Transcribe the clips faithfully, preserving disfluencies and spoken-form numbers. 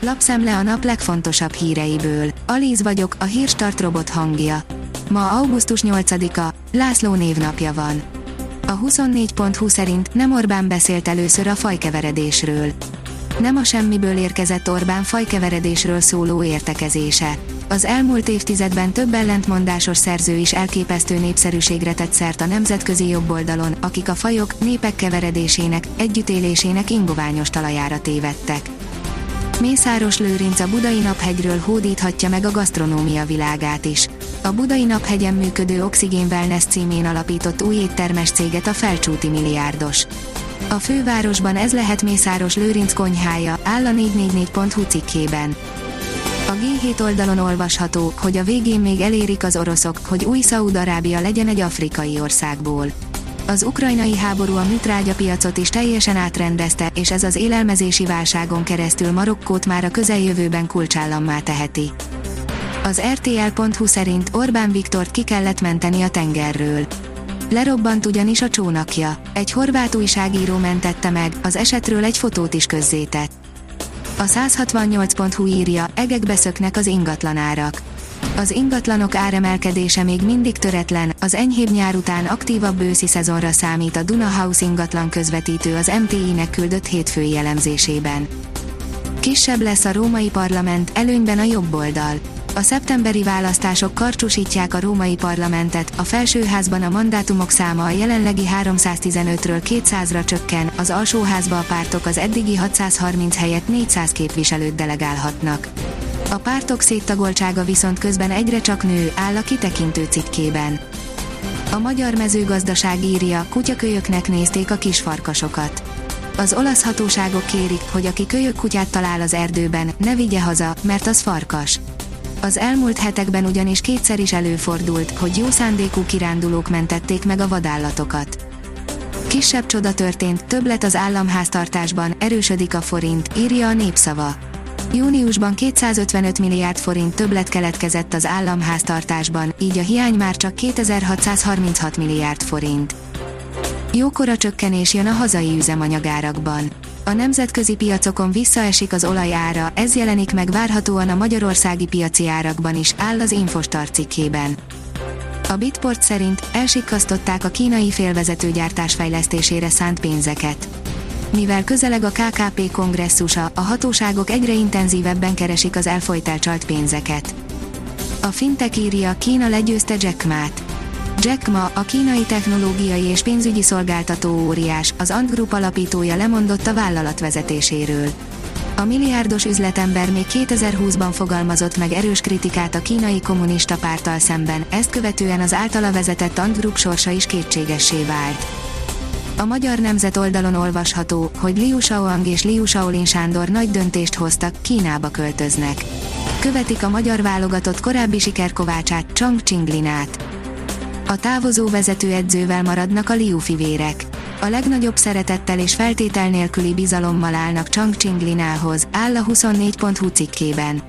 Lapszemle a nap legfontosabb híreiből. Alíz vagyok, a Hírstart robot hangja. Ma augusztus nyolcadika, László névnapja van. A huszonnégy pont hu szerint nem Orbán beszélt először a fajkeveredésről. Nem a semmiből érkezett Orbán fajkeveredésről szóló értekezése. Az elmúlt évtizedben több ellentmondásos szerző is elképesztő népszerűségre tett szert a nemzetközi jobboldalon, akik a fajok, népek keveredésének, együttélésének ingoványos talajára tévedtek. Mészáros Lőrinc a Budai Naphegyről hódíthatja meg a gasztronómia világát is. A Budai Naphegyen működő Oxygen Wellness címén alapított új éttermes céget a felcsúti milliárdos. A fővárosban ez lehet Mészáros Lőrinc konyhája, áll a négy négy négy pont hu cikkében. A gé hét oldalon olvasható, hogy a végén még elérik az oroszok, hogy új Szaúd-Arábia legyen egy afrikai országból. Az ukrajnai háború a műtrágyapiacot is teljesen átrendezte, és ez az élelmezési válságon keresztül Marokkót már a közeljövőben kulcsállammá teheti. Az er té el pont hu szerint Orbán Viktort ki kellett menteni a tengerről. Lerobbant ugyanis a csónakja. Egy horvát újságíró mentette meg, az esetről egy fotót is közzétett. A száz hatvannyolc pont hu írja, egekbe szöknek az ingatlanárak. Az ingatlanok áremelkedése még mindig töretlen, az enyhébb nyár után aktívabb őszi szezonra számít a Duna House ingatlan közvetítő az em té i-nek küldött hétfői elemzésében. Kisebb lesz a római parlament, előnyben a jobboldal. A szeptemberi választások karcsúsítják a római parlamentet, a felsőházban a mandátumok száma a jelenlegi háromszáztizenötről kétszázra csökken, az alsóházba a pártok az eddigi hatszázharminc helyett négyszáz képviselőt delegálhatnak. A pártok széttagoltsága viszont közben egyre csak nő, áll a kitekintő cikkében. A Magyar Mezőgazdaság írja, kutyakölyöknek nézték a kisfarkasokat. Az olasz hatóságok kérik, hogy aki kölyök kutyát talál az erdőben, ne vigye haza, mert az farkas. Az elmúlt hetekben ugyanis kétszer is előfordult, hogy jó szándékú kirándulók mentették meg a vadállatokat. Kisebb csoda történt, többlet az államháztartásban, erősödik a forint, írja a Népszava. Júniusban kétszázötvenöt milliárd forint többlet keletkezett az államháztartásban, így a hiány már csak kétezer-hatszázharminchat milliárd forint. Jókora csökkenés jön a hazai üzemanyagárakban. A nemzetközi piacokon visszaesik az olaj ára, ez jelenik meg várhatóan a magyarországi piaci árakban is, áll az Infostart cikkében. A Bitport szerint elsikkasztották a kínai félvezetőgyártás fejlesztésére szánt pénzeket. Mivel közeleg a ká ká pé kongresszusa, a hatóságok egyre intenzívebben keresik az elfolyt elcsalt pénzeket. A Fintech írja, Kína legyőzte Jack Ma-t. Jack Ma, a kínai technológiai és pénzügyi szolgáltató óriás, az Ant Group alapítója lemondott a vállalat vezetéséről. A milliárdos üzletember még kétezer-húszban fogalmazott meg erős kritikát a kínai kommunista párttal szemben, ezt követően az általa vezetett Ant Group sorsa is kétségessé vált. A Magyar Nemzet oldalon olvasható, hogy Liu Shaoang és Liu Shaolin Sándor nagy döntést hoztak, Kínába költöznek. Követik a magyar válogatott korábbi sikerkovácsát, Chang Chinglinát. A távozó vezetőedzővel maradnak a Liu fivérek. A legnagyobb szeretettel és feltétel nélküli bizalommal állnak Chang Chinglinához, áll a huszonnégy pont hu cikkében.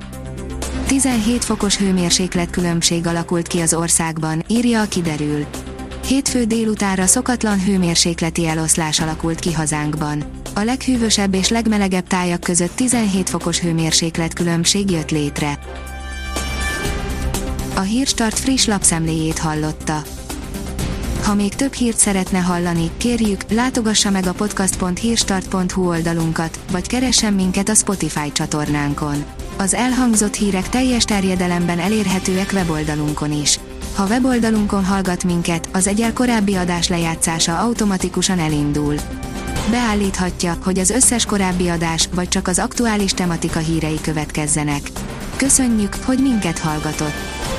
tizenhét fokos hőmérséklet különbség alakult ki az országban, írja a Kiderül. Hétfő délutánra szokatlan hőmérsékleti eloszlás alakult ki hazánkban. A leghűvösebb és legmelegebb tájak között tizenhét fokos hőmérséklet különbség jött létre. A Hírstart friss lapszemléjét hallotta. Ha még több hírt szeretne hallani, kérjük, látogassa meg a podcast pont hírstart pont hu oldalunkat, vagy keressen minket a Spotify csatornánkon. Az elhangzott hírek teljes terjedelemben elérhetőek weboldalunkon is. Ha weboldalunkon hallgat minket, az egyel korábbi adás lejátszása automatikusan elindul. Beállíthatja, hogy az összes korábbi adás, vagy csak az aktuális tematika hírei következzenek. Köszönjük, hogy minket hallgatott!